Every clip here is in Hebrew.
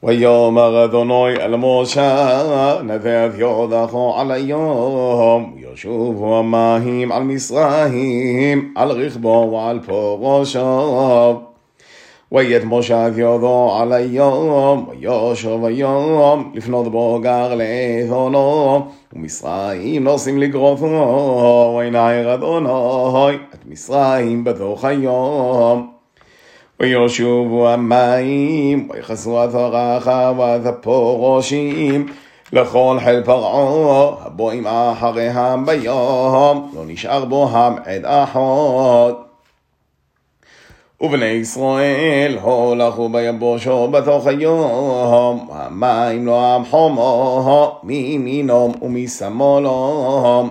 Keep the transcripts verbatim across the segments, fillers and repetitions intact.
ויאמר אדוני אל משה נתת ידך על היום וישובו המים על מצרים על רכבו ועל פרשיו וית משה את ידו על היום וישוב היום לפנות בוקר לאדוני ומצרים נוסעים לגרופו וינער אדוני את מצרים בתוך היום וישובו המים ויכסו את הרחב ואת הפרשים לכל חיל פרעה הבאים אחריהם ביום לא נשאר בו עד אחד ובני ישראל הולכו ביבשו בתוך היום המים לא חומו מימינם ומשמאלם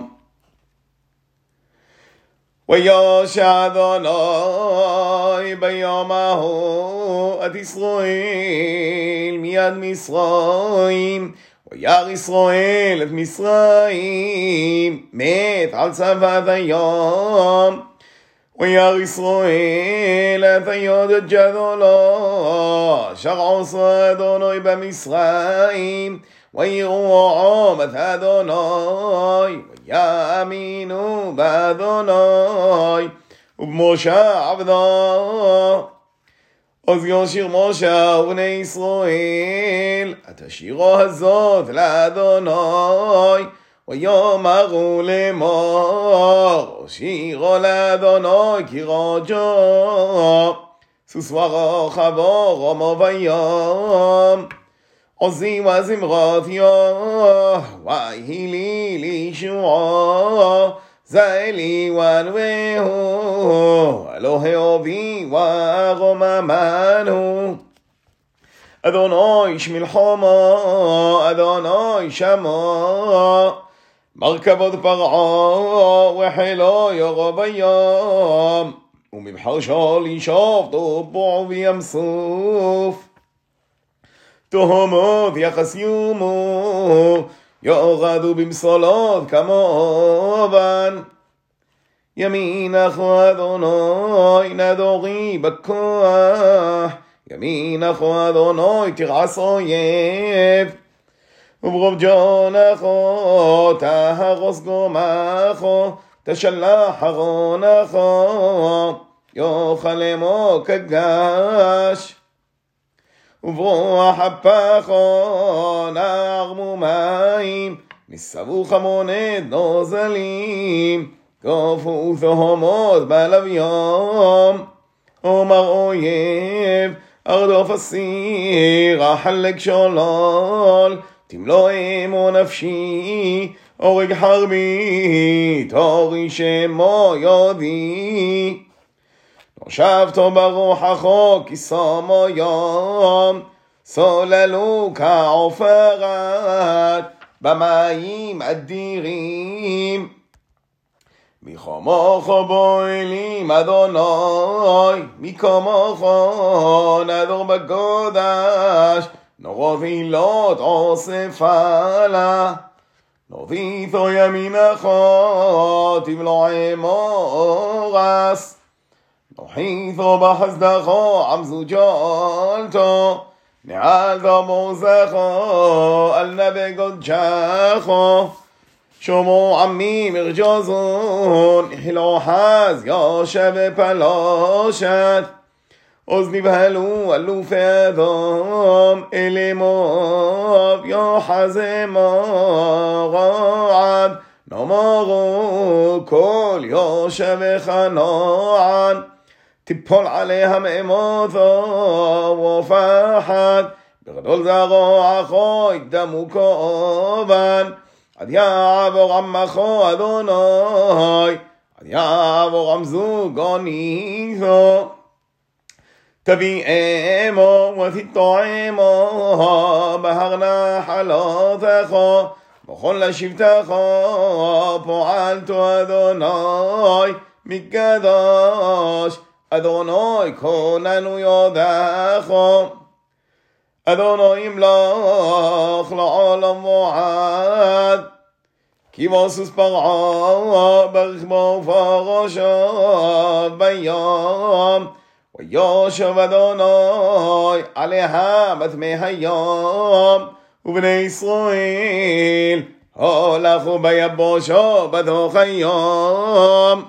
ויושע אדוני ביום ההוא את ישראל מיד מצרים וירא ישראל את מצרים מת על צוות היום וירא ישראל את היד הגדולה אשר עשה אדוני במצרים ויראו את אדוני ויאמינו באדוני ובמשה עבדו אז ישיר משה ובני ישראל את השירו הזאת לאדוני ויאמרו לאמור שירו לאדוני כי רג'ו סוס ורחבו רומו ויום עוזים וזמרות יום ויהי לי לישועו זה לי ונבהו אלוהי אבי ורוממנו אדוני איש מלחמה אדוני שמו מרכבות פרעה וחילו ירו ביום ומבחרשו לשבתו בו בים סוף תהומות יחסיומו יורדו במסולות כמובן ימינך אדוני נדורי בכוח ימינך אדוני תרעס אויב וברוב ג'ונך תהרוס גומך תשלח אחרונך יאכל עמו כגש וברוח אפך נערמו מים נסבו חמונת נוזלים כפו תהומות בלווים אומר אויב ארדוף אסיר אחלק שולל תמלוא עמו נפשי הורג חרבי תורי שמו יודי נושבתו ברוחך כי שמו יום סוללו כעופרת במים אדירים מי כמוך בועלים אדוני מי כמוך נדור בקודש נורות עילות אוסף עלה נוביתו ימינך תמלוא עמו אורס נוחיתו בחסדך עמזו ג'ולתו נעלתו מוזך על נבי גודשך שמו עמי מרג'וזון נחילו חז יושב פלושת עוז נבהלו אלופי אדום אלי מוב יוחזמו רעד נאמרו כל יושב חנוען תיפול עליהם אמותו ופחד בגדול זרועכו ידמו כובן עד יעבור עמכו אדוני עד יעבור עמזוגו ניתו תביא אמו ותטעמו בהר נחלותך בכל לשבתך פועלתו אדוני מקדוש אדוני כוננו יודך אדוני ימלוך לעולם ועד כי בסוס פרעה ברכבו ופרשיו ביום ויושב אדוני עליה בתמי הים, ובני ישראל הולכו ביבושו בתוך הים.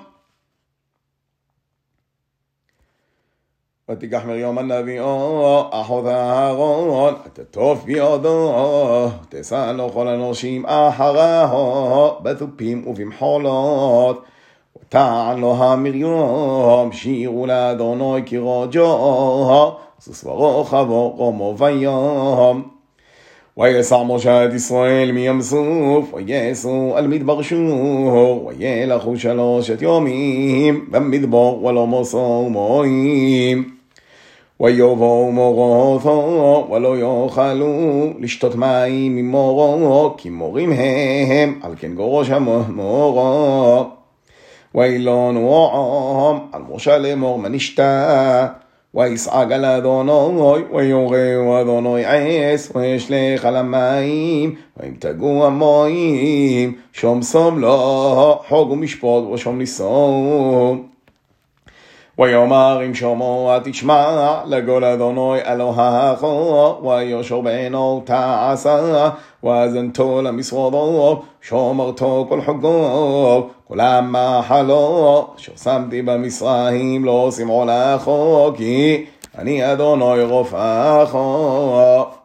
ותיקח מרים הנביאו אחות אהרון, תטוף בידו, תשא לו כל אנשים אחריו בתופים ובמחולות, ותען לו המרים, שירו לאדוני כי רוג'ו, סוס ורוחבו רומו בים. ויסע משה את ישראל מים סוף, ויסעו על מדבר שור, וילכו שלושת יומים במדבר ולא מוסו מים. ויבואו מורותו ולא יאכלו לשתות מים ממורו, כי מורים הם, על כן גורש המורו. וילונו עם על משה לאמור מה נשתה, ויסעק על אדוני, ויורהו אדוני עש, וישלך על המים, וימתגו המים, שום שום לו, חוק ומשפט ושום ניסום. ויאמר אם שמוע תשמע, לגול אדוני אלוהיך, ויושר בעינו תעשה, ואזנתו למשרדו, שומרתו כל חוקו, כל המחלו, אשר שמתי במצרים לא שמעו לך, כי אני אדוני רופאך.